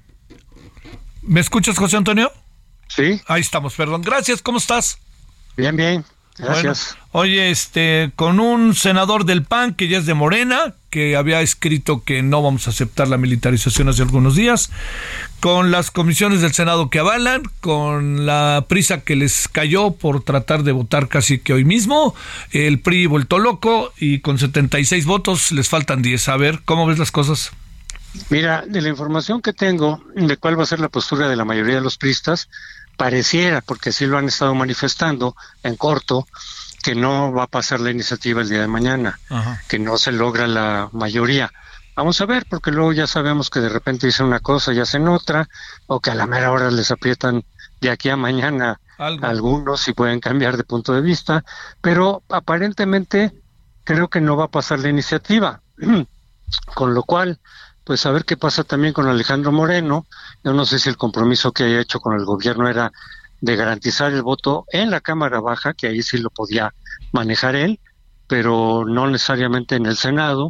¿Me escuchas, José Antonio? Sí. Ahí estamos, perdón. Gracias, ¿cómo estás? Bien, gracias. Bueno, oye, con un senador del PAN que ya es de Morena, que había escrito que no vamos a aceptar la militarización hace algunos días, con las comisiones del Senado que avalan, con la prisa que les cayó por tratar de votar casi que hoy mismo, el PRI vuelto loco y con 76 votos les faltan 10. A ver, ¿cómo ves las cosas? Mira, de la información que tengo de cuál va a ser la postura de la mayoría de los priistas, pareciera, porque así lo han estado manifestando en corto, que no va a pasar la iniciativa el día de mañana. Ajá. Que no se logra la mayoría. Vamos a ver, porque luego ya sabemos que de repente dicen una cosa y hacen otra, o que a la mera hora les aprietan de aquí a mañana algunos y pueden cambiar de punto de vista, pero aparentemente creo que no va a pasar la iniciativa, con lo cual pues a ver qué pasa también con Alejandro Moreno. Yo no sé si el compromiso que haya hecho con el gobierno era de garantizar el voto en la Cámara Baja, que ahí sí lo podía manejar él, pero no necesariamente en el Senado,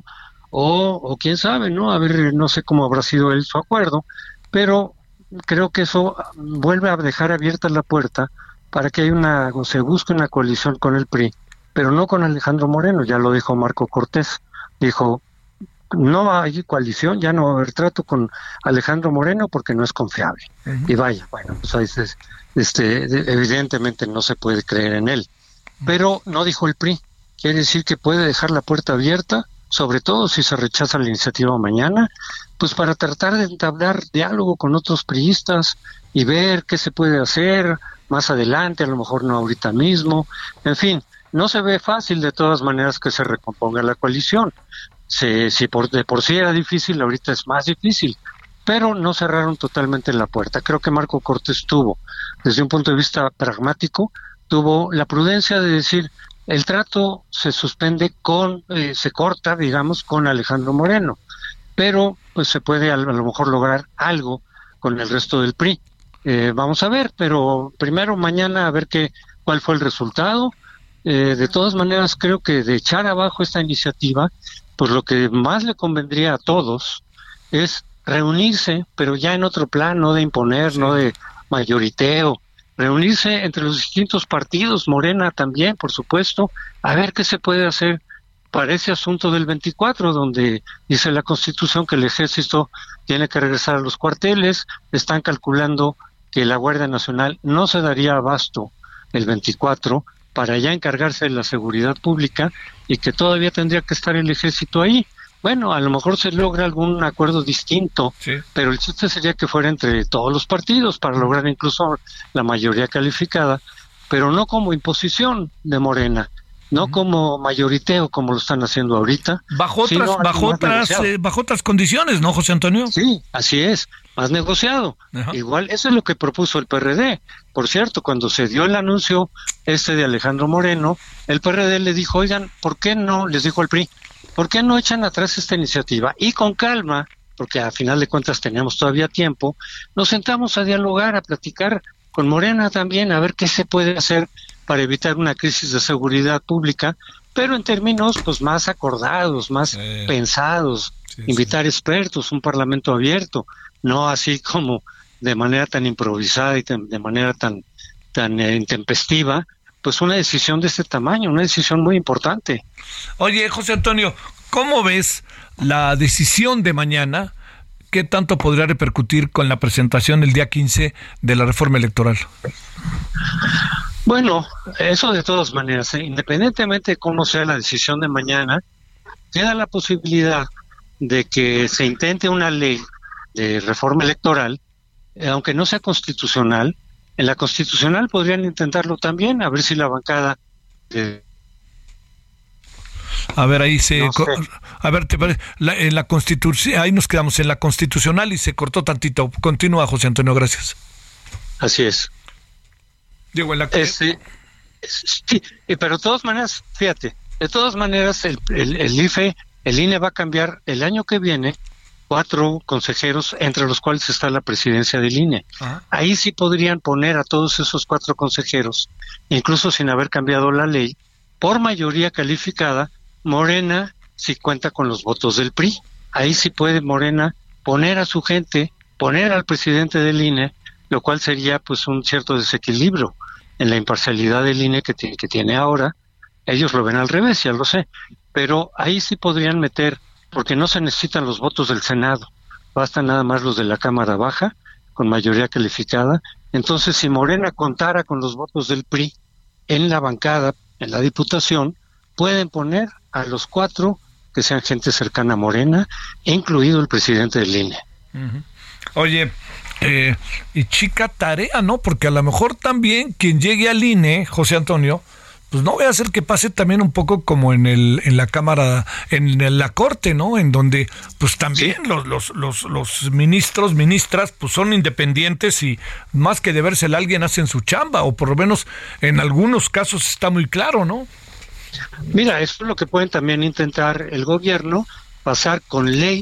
o quién sabe, ¿no? A ver, no sé cómo habrá sido él su acuerdo, pero creo que eso vuelve a dejar abierta la puerta para que se busque una coalición con el PRI, pero no con Alejandro Moreno. Ya lo dijo Marco Cortés, dijo: no hay coalición, ya no va a haber trato con Alejandro Moreno porque no es confiable. Uh-huh. Y vaya, bueno, pues evidentemente no se puede creer en él. Pero no dijo el PRI, quiere decir que puede dejar la puerta abierta, sobre todo si se rechaza la iniciativa mañana, pues para tratar de entablar diálogo con otros priistas y ver qué se puede hacer más adelante, a lo mejor no ahorita mismo. En fin, no se ve fácil de todas maneras que se recomponga la coalición. Si de por sí era difícil, ahorita es más difícil, pero no cerraron totalmente la puerta. Creo que Marco Cortés tuvo, desde un punto de vista pragmático, tuvo la prudencia de decir: el trato se suspende se corta, digamos, con Alejandro Moreno, pero pues se puede a lo mejor lograr algo con el resto del PRI. Vamos a ver, pero primero mañana a ver cuál fue el resultado. De todas maneras, creo que de echar abajo esta iniciativa, pues lo que más le convendría a todos es reunirse, pero ya en otro plan, no de imponer, no de mayoriteo, reunirse entre los distintos partidos, Morena también, por supuesto, a ver qué se puede hacer para ese asunto del 24, donde dice la Constitución que el Ejército tiene que regresar a los cuarteles. Están calculando que la Guardia Nacional no se daría abasto el 24 para ya encargarse de la seguridad pública y que todavía tendría que estar el Ejército ahí. Bueno, a lo mejor se logra algún acuerdo distinto, pero el chiste sería que fuera entre todos los partidos para lograr incluso la mayoría calificada, pero no como imposición de Morena, no como mayoriteo como lo están haciendo ahorita. Bajo otras condiciones, ¿no, José Antonio? Sí, así es, más negociado. Igual, eso es lo que propuso el PRD. Por cierto, cuando se dio el anuncio de Alejandro Moreno, el PRD le dijo, oigan, ¿por qué no? Les dijo al PRI, ¿por qué no echan atrás esta iniciativa? Y con calma, porque a final de cuentas teníamos todavía tiempo, nos sentamos a dialogar, a platicar con Morena también, a ver qué se puede hacer para evitar una crisis de seguridad pública, pero en términos pues más acordados, más pensados, invitar expertos, un parlamento abierto, no así como de manera tan improvisada y de manera tan intempestiva, pues una decisión de este tamaño, una decisión muy importante. Oye, José Antonio, ¿cómo ves la decisión de mañana? ¿Qué tanto podría repercutir con la presentación el día 15 de la reforma electoral? Bueno, eso de todas maneras, independientemente de cómo sea la decisión de mañana, queda la posibilidad de que se intente una ley de reforma electoral, aunque no sea constitucional. En la constitucional podrían intentarlo también, a ver si la bancada... A ver, ahí se... No sé. A ver, en la Constitución, ahí nos quedamos en la constitucional y se cortó tantito. Continúa, José Antonio, gracias. Así es. Digo, en la... sí, pero de todas maneras, fíjate, de todas maneras el INE va a cambiar el año que viene 4 consejeros, entre los cuales está la presidencia del INE. Ahí sí podrían poner a todos esos 4 consejeros, incluso sin haber cambiado la ley, por mayoría calificada. Morena sí cuenta con los votos del PRI. Ahí sí puede Morena poner a su gente, poner al presidente del INE, lo cual sería pues un cierto desequilibrio en la imparcialidad del INE que tiene ahora. Ellos lo ven al revés, ya lo sé, pero ahí sí podrían meter, porque no se necesitan los votos del Senado, bastan nada más los de la Cámara Baja, con mayoría calificada. Entonces, si Morena contara con los votos del PRI en la bancada, en la Diputación, pueden poner a los 4 que sean gente cercana a Morena, incluido el presidente del INE. Oye, y chica tarea, ¿no? Porque a lo mejor también quien llegue al INE, José Antonio, pues no voy a hacer que pase también un poco como en la Cámara, en la Corte, ¿no? En donde pues también los ministros, ministras, pues son independientes y más que debérsela a alguien hacen su chamba, o por lo menos en algunos casos está muy claro, ¿no? Mira, eso es lo que pueden también intentar el gobierno, pasar por ley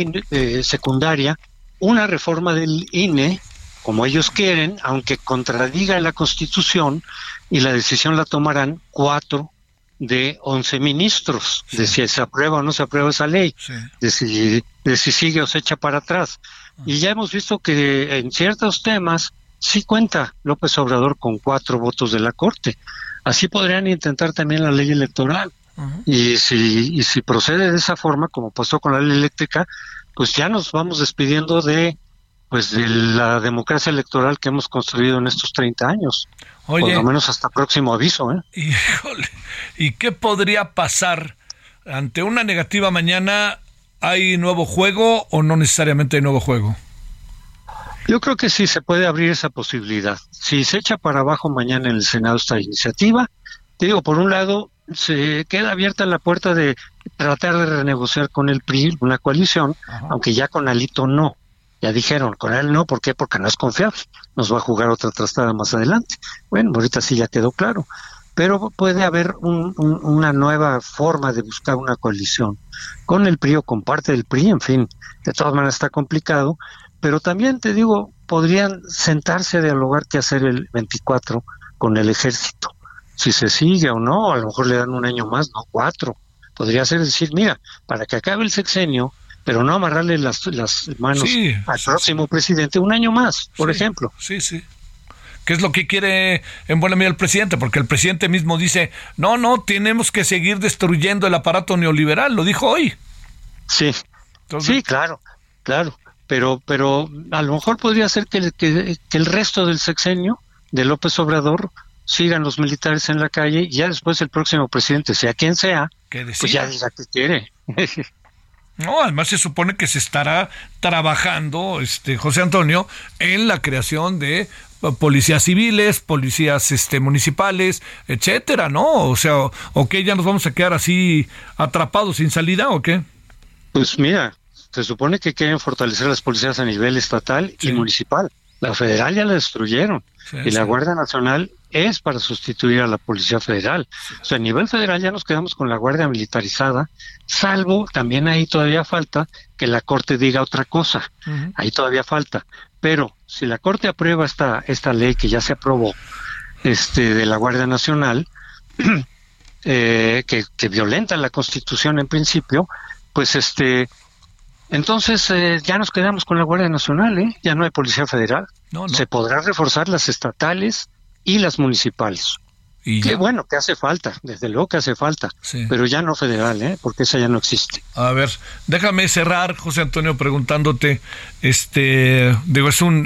secundaria una reforma del INE, como ellos quieren, aunque contradiga la Constitución, y la decisión la tomarán 4 de 11 ministros, de si se aprueba o no se aprueba esa ley, de si sigue o se echa para atrás. Y ya hemos visto que en ciertos temas sí cuenta López Obrador con 4 votos de la Corte. Así podrían intentar también la ley electoral. Y si procede de esa forma, como pasó con la ley eléctrica, pues ya nos vamos despidiendo de la democracia electoral que hemos construido en estos 30 años. Oye, por lo menos hasta próximo aviso, ¿eh? Híjole, ¿y qué podría pasar ante una negativa mañana? ¿Hay nuevo juego o no necesariamente hay nuevo juego? Yo creo que sí se puede abrir esa posibilidad. Si se echa para abajo mañana en el Senado esta iniciativa, te digo, por un lado, se queda abierta la puerta de tratar de renegociar con el PRI una coalición, aunque ya con Alito no. Ya dijeron, con él no, ¿por qué? Porque no es confiable, nos va a jugar otra trastada más adelante. Bueno, ahorita sí ya quedó claro, pero puede haber una nueva forma de buscar una coalición con el PRI o con parte del PRI, en fin, de todas maneras está complicado, pero también te digo, podrían sentarse a dialogar qué hacer el 24 con el ejército. Si se sigue o no, a lo mejor le dan un año más, no 4. Podría ser decir, mira, para que acabe el sexenio, pero no amarrarle las manos al próximo presidente un año más, por ejemplo. Sí. ¿Qué es lo que quiere en buena medida el presidente? Porque el presidente mismo dice, no, tenemos que seguir destruyendo el aparato neoliberal, lo dijo hoy. Sí, entonces, sí, claro, pero a lo mejor podría ser que el resto del sexenio de López Obrador sigan los militares en la calle y ya después el próximo presidente, sea quien sea, pues ya diga que quiere. No, además se supone que se estará trabajando, José Antonio, en la creación de policías civiles, policías municipales, etcétera, ¿no? O sea, ¿o qué? ¿Ya nos vamos a quedar así atrapados sin salida o qué? Pues mira, se supone que quieren fortalecer las policías a nivel estatal y municipal. La federal ya la destruyeron y la Guardia Nacional es para sustituir a la Policía Federal. O sea, a nivel federal ya nos quedamos con la Guardia militarizada, salvo también ahí todavía falta que la Corte diga otra cosa. Ahí todavía falta. Pero si la Corte aprueba esta ley que ya se aprobó de la Guardia Nacional, que violenta la Constitución en principio, pues entonces ya nos quedamos con la Guardia Nacional, ya no hay Policía Federal. No. Se podrá reforzar las estatales y las municipales. Qué bueno, que hace falta, desde luego que hace falta, pero ya no federal, porque esa ya no existe. A ver, déjame cerrar, José Antonio, preguntándote, digo, es un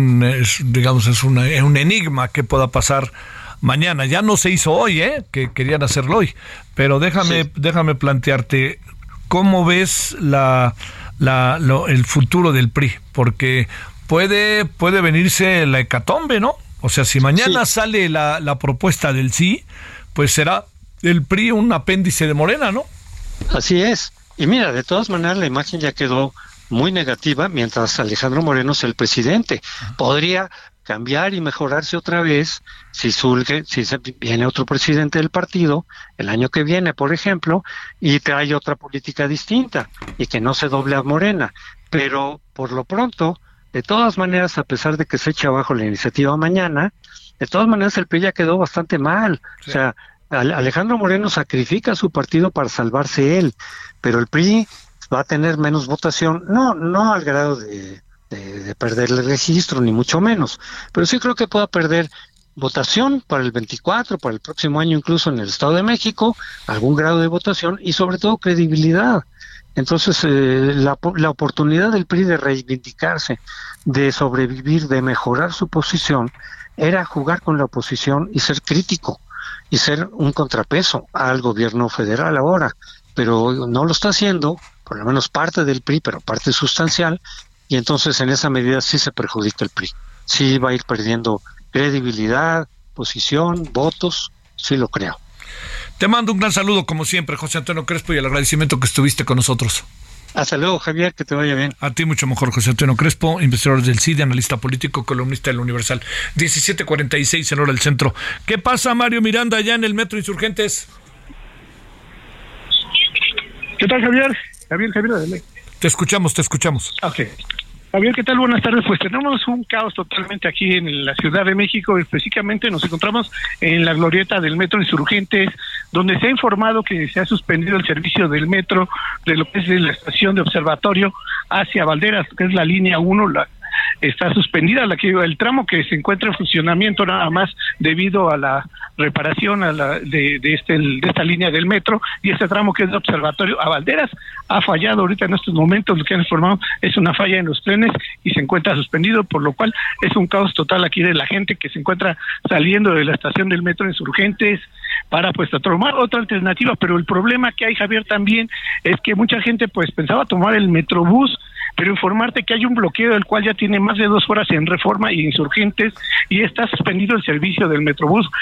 enigma que pueda pasar mañana. Ya no se hizo hoy, que querían hacerlo hoy, pero déjame plantearte, ¿cómo ves el futuro del PRI? Porque puede venirse la hecatombe, ¿no? O sea, si mañana sale la propuesta del sí, pues será el PRI un apéndice de Morena, ¿no? Así es. Y mira, de todas maneras la imagen ya quedó muy negativa mientras Alejandro Moreno es el presidente. Podría cambiar y mejorarse otra vez si viene otro presidente del partido el año que viene, por ejemplo, y trae otra política distinta y que no se doble a Morena. Pero por lo pronto, de todas maneras, a pesar de que se eche abajo la iniciativa mañana, de todas maneras el PRI ya quedó bastante mal. O sea, Alejandro Moreno sacrifica a su partido para salvarse él, pero el PRI va a tener menos votación, no al grado de perder el registro, ni mucho menos, pero sí creo que pueda perder votación para el 24, para el próximo año incluso en el Estado de México, algún grado de votación y sobre todo credibilidad. Entonces, la oportunidad del PRI de reivindicarse, de sobrevivir, de mejorar su posición, era jugar con la oposición y ser crítico, y ser un contrapeso al gobierno federal ahora. Pero no lo está haciendo, por lo menos parte del PRI, pero parte sustancial, y entonces en esa medida sí se perjudica el PRI. Sí va a ir perdiendo credibilidad, posición, votos, sí lo creo. Te mando un gran saludo, como siempre, José Antonio Crespo, y el agradecimiento que estuviste con nosotros. Hasta luego, Javier, que te vaya bien. A ti mucho mejor, José Antonio Crespo, investigador del CIDE, analista político, columnista del Universal. 17:46 en hora del centro. ¿Qué pasa, Mario Miranda, allá en el Metro Insurgentes? ¿Qué tal, Javier? Javier, adelante. Te escuchamos. Ok. Javier, ¿qué tal? Buenas tardes. Pues tenemos un caos totalmente aquí en la Ciudad de México. Específicamente nos encontramos en la glorieta del Metro Insurgentes, donde se ha informado que se ha suspendido el servicio del metro de lo que es la estación de Observatorio hacia Valderas, que es la línea 1, está suspendida el tramo que se encuentra en funcionamiento nada más debido a la reparación de esta línea del metro, y este tramo que es de Observatorio a Valderas ha fallado ahorita en estos momentos. Lo que han informado es una falla en los trenes y se encuentra suspendido, por lo cual es un caos total aquí de la gente que se encuentra saliendo de la estación del Metro Insurgentes para pues tomar otra alternativa. Pero el problema que hay, Javier, también es que mucha gente pues pensaba tomar el Metrobús, pero informarte que hay un bloqueo del cual ya tiene más de 2 horas en Reforma y Insurgentes, y está suspendido el servicio del Metrobús para la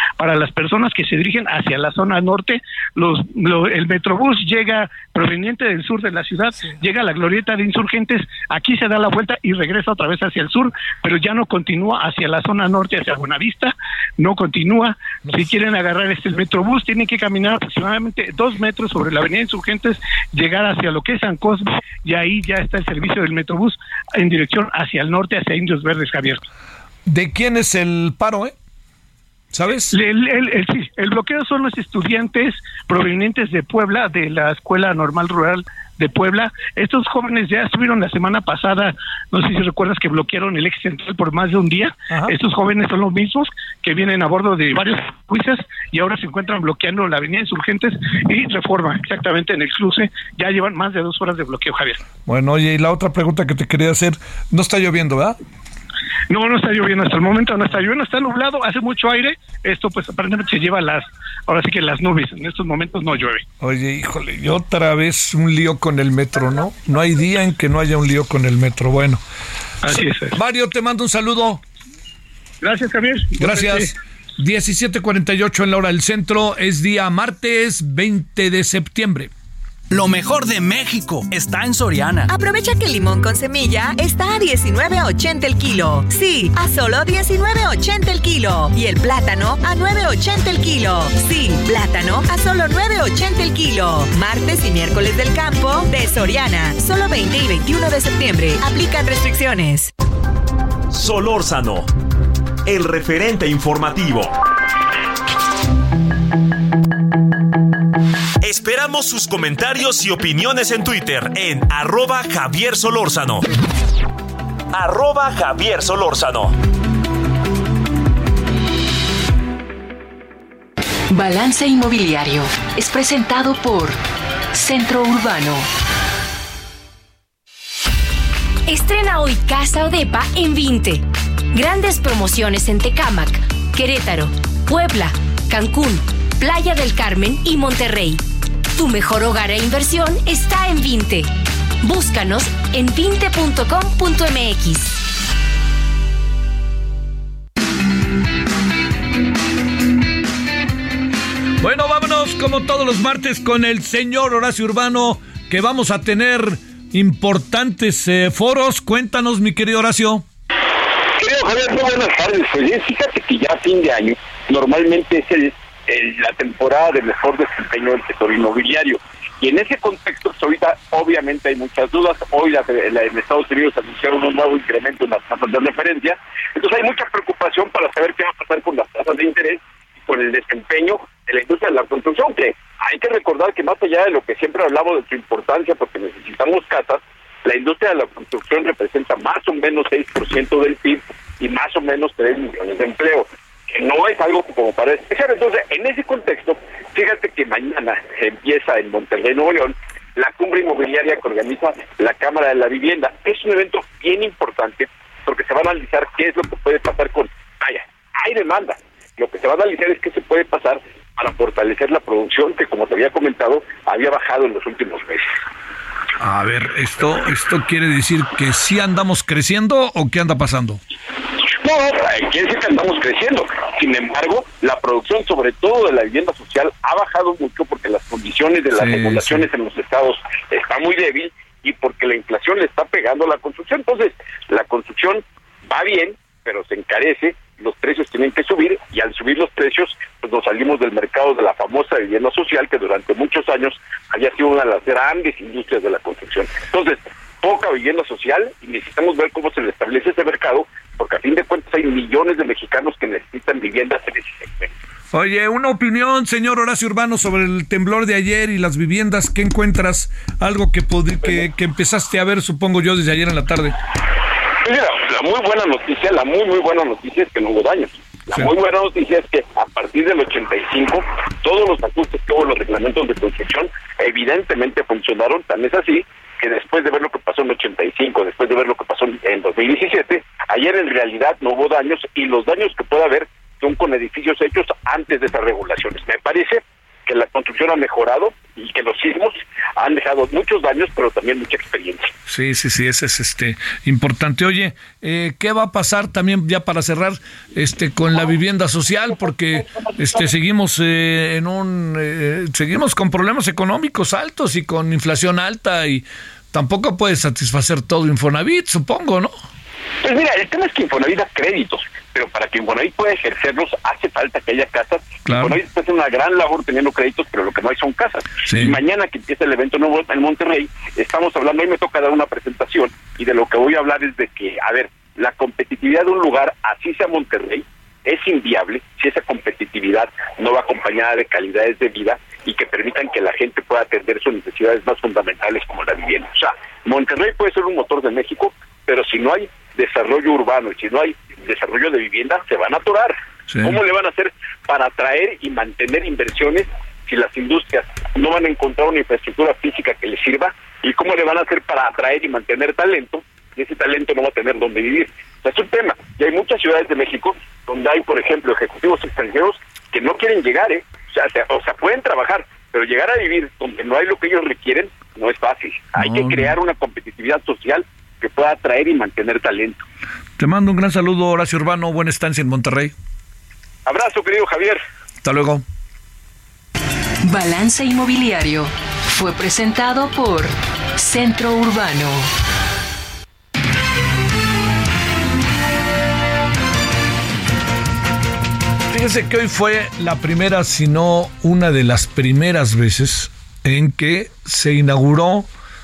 las personas que se dirigen hacia la zona norte. El Metrobús llega proveniente del sur de la ciudad, llega a la glorieta de Insurgentes, aquí se da la vuelta y regresa otra vez hacia el sur, pero ya no continúa hacia la zona norte, hacia Buenavista, no continúa. Si quieren agarrar el Metrobús, tienen que caminar aproximadamente 2 metros sobre la avenida Insurgentes, llegar hacia lo que es San Cosme, y ahí ya está el servicio del Metrobús en dirección hacia el norte, hacia Indios Verdes, Javier. ¿De quién es el paro, ¿Sabes? Sí, el bloqueo son los estudiantes provenientes de Puebla, de la Escuela Normal Rural de Puebla. Estos jóvenes ya estuvieron la semana pasada, no sé si recuerdas que bloquearon el eje central por más de un día. Ajá. Estos jóvenes son los mismos que vienen a bordo de varios juicios y ahora se encuentran bloqueando la avenida Insurgentes y Reforma, exactamente en el cruce. Ya llevan más de 2 horas de bloqueo, Javier. Bueno, oye, y la otra pregunta que te quería hacer, no está lloviendo, ¿verdad? No está lloviendo, hasta el momento no está lloviendo, está nublado, hace mucho aire, esto pues aparentemente se lleva las nubes, en estos momentos no llueve. Oye, híjole, y otra vez un lío con el metro, ¿no? No hay día en que no haya un lío con el metro, bueno. Así es. Mario, te mando un saludo. Gracias, Javier. Gracias. 17:48 en la hora del centro, es día martes 20 de septiembre. Lo mejor de México está en Soriana. Aprovecha que el limón con semilla está a $19.80 el kilo. Sí, a solo $19.80 el kilo. Y el plátano a $9.80 el kilo. Sí, plátano a solo $9.80 el kilo. Martes y miércoles del campo de Soriana. Solo 20 y 21 de septiembre. Aplican restricciones. Solórzano, el referente informativo. Esperamos sus comentarios y opiniones en Twitter en @JavierSolórzano. @JavierSolórzano. Balance Inmobiliario es presentado por Centro Urbano. Estrena hoy Casa o Depa en Vinte. Grandes promociones en Tecámac, Querétaro, Puebla, Cancún, Playa del Carmen y Monterrey. Tu mejor hogar e inversión está en Vinte. Búscanos en vinte.com.mx. Bueno, vámonos como todos los martes con el señor Horacio Urbano, que vamos a tener importantes foros. Cuéntanos, mi querido Horacio. Querido Javier, muy buenas tardes. Pues fíjate que ya a fin de año normalmente es la temporada de mejor desempeño del sector inmobiliario. Y en ese contexto, pues ahorita obviamente hay muchas dudas. Hoy en Estados Unidos anunciaron un nuevo incremento en las tasas de referencia. Entonces hay mucha preocupación para saber qué va a pasar con las tasas de interés y con el desempeño de la industria de la construcción, que hay que recordar que más allá de lo que siempre hablamos de su importancia, porque necesitamos casas, la industria de la construcción representa más o menos 6% del PIB y más o menos 3 millones de empleos. Que no es algo como para despreciar. Entonces, en ese contexto, fíjate que mañana empieza en Monterrey, Nuevo León, la cumbre inmobiliaria que organiza la Cámara de la Vivienda. Es un evento bien importante porque se va a analizar qué es lo que puede pasar hay demanda. Lo que se va a analizar es qué se puede pasar para fortalecer la producción que, como te había comentado, había bajado en los últimos meses. A ver, ¿esto quiere decir que sí andamos creciendo o qué anda pasando? No, quiere decir que andamos creciendo. Sin embargo, la producción, sobre todo de la vivienda social, ha bajado mucho porque las condiciones de las regulaciones en los estados está muy débil y porque la inflación le está pegando a la construcción. Entonces, la construcción va bien, pero se encarece, los precios tienen que subir y al subir los precios, pues nos salimos del mercado de la famosa vivienda social que durante muchos años había sido una de las grandes industrias de la construcción. Entonces, poca vivienda social y necesitamos ver cómo se le establece ese mercado, porque a fin de cuentas hay millones de mexicanos que necesitan viviendas en ese segmento. Oye, una opinión, señor Horacio Urbano, sobre el temblor de ayer y las viviendas. ¿Qué encuentras? Algo que empezaste a ver, supongo yo, desde ayer en la tarde. Mira, la muy buena noticia es que no hubo daños. La muy buena noticia es que a partir del 85, todos los ajustes que hubo los reglamentos de construcción evidentemente funcionaron. Tan es así que después de ver lo que pasó en 85, después de ver lo que pasó en 2017, ayer en realidad no hubo daños y los daños que pueda haber son con edificios hechos antes de esas regulaciones. Me parece que la construcción ha mejorado, y que los sismos han dejado muchos daños, pero también mucha experiencia. Sí, ese es importante. Oye, ¿qué va a pasar también ya para cerrar con la vivienda social? Porque seguimos seguimos con problemas económicos altos y con inflación alta y tampoco puede satisfacer todo Infonavit, supongo, ¿no? Pues mira, el tema es que Infonavit da créditos, pero para que Infonavit pueda ejercerlos hace falta que haya casas. Claro. Infonavit está haciendo una gran labor teniendo créditos, pero lo que no hay son casas. Sí. Y mañana que empieza el evento nuevo en Monterrey, estamos hablando, hoy me toca dar una presentación, y de lo que voy a hablar es de que, a ver, la competitividad de un lugar, así sea Monterrey, es inviable si esa competitividad no va acompañada de calidades de vida y que permitan que la gente pueda atender sus necesidades más fundamentales como la vivienda. O sea, Monterrey puede ser un motor de México, pero si no hay desarrollo urbano y si no hay desarrollo de vivienda, se van a atorar. Sí. ¿Cómo le van a hacer para atraer y mantener inversiones si las industrias no van a encontrar una infraestructura física que les sirva? ¿Y cómo le van a hacer para atraer y mantener talento y ese talento no va a tener dónde vivir? O sea, es un tema. Y hay muchas ciudades de México donde hay, por ejemplo, ejecutivos extranjeros que no quieren llegar, O sea, pueden trabajar, pero llegar a vivir donde no hay lo que ellos requieren no es fácil. Hay que crear una competitividad social que pueda atraer y mantener talento. Te mando un gran saludo, Horacio Urbano. Buena estancia en Monterrey. Abrazo, querido Javier. Hasta luego. Balance Inmobiliario fue presentado por Centro Urbano. Fíjese que hoy fue la primera, si no una de las primeras veces en que se inauguraron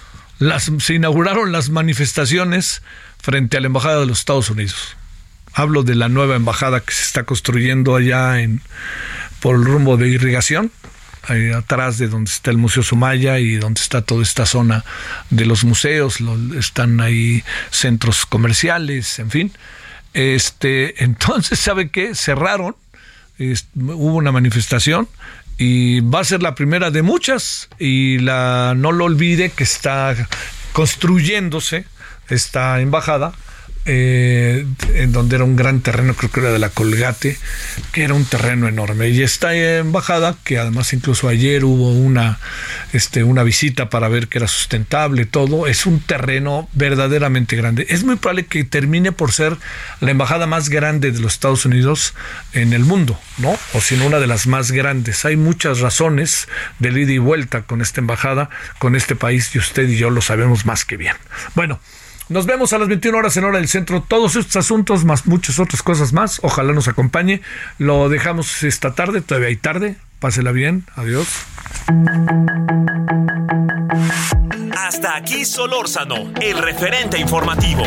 las manifestaciones frente a la Embajada de los Estados Unidos. Hablo de la nueva embajada que se está construyendo allá por el rumbo de Irrigación, ahí atrás de donde está el Museo Sumaya y donde está toda esta zona de los museos, están ahí centros comerciales, en fin. Entonces, ¿sabe qué? Cerraron, hubo una manifestación y va a ser la primera de muchas, y no lo olvide que está construyéndose esta embajada en donde era un gran terreno, creo que era de la Colgate, que era un terreno enorme, y esta embajada, que además incluso ayer hubo una visita para ver que era sustentable, todo, es un terreno verdaderamente grande. Es muy probable que termine por ser la embajada más grande de los Estados Unidos en el mundo, ¿no? O si no, una de las más grandes. Hay muchas razones de ida y vuelta con esta embajada, con este país, y usted y yo lo sabemos más que bien. Bueno, nos vemos a las 21 horas en Hora del Centro. Todos estos asuntos, más muchas otras cosas más, ojalá nos acompañe. Lo dejamos esta tarde, todavía hay tarde. Pásela bien, adiós. Hasta aquí Solórzano, el referente informativo.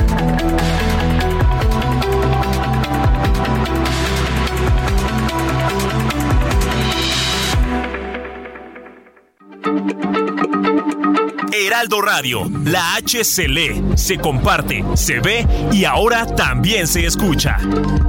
Heraldo Radio, la H se lee, se comparte, se ve y ahora también se escucha.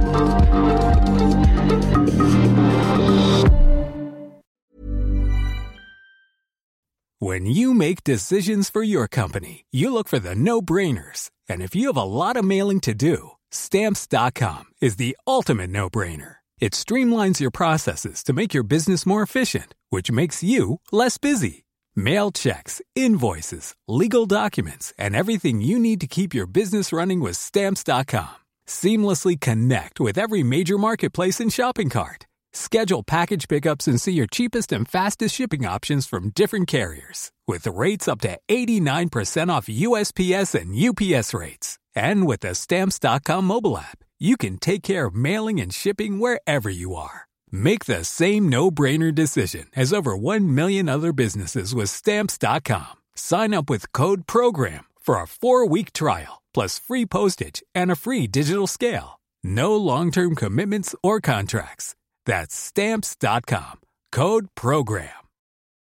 When you make decisions for your company, you look for the no-brainers. And if you have a lot of mailing to do, Stamps.com is the ultimate no-brainer. It streamlines your processes to make your business more efficient, which makes you less busy. Mail checks, invoices, legal documents, and everything you need to keep your business running with Stamps.com. Seamlessly connect with every major marketplace and shopping cart. Schedule package pickups and see your cheapest and fastest shipping options from different carriers, with rates up to 89% off USPS and UPS rates. And with the Stamps.com mobile app, you can take care of mailing and shipping wherever you are. Make the same no-brainer decision as over 1 million other businesses with Stamps.com. Sign up with code PROGRAM for a 4-week trial, plus free postage and a free digital scale. No long-term commitments or contracts. That's Stamps.com. Code PROGRAM.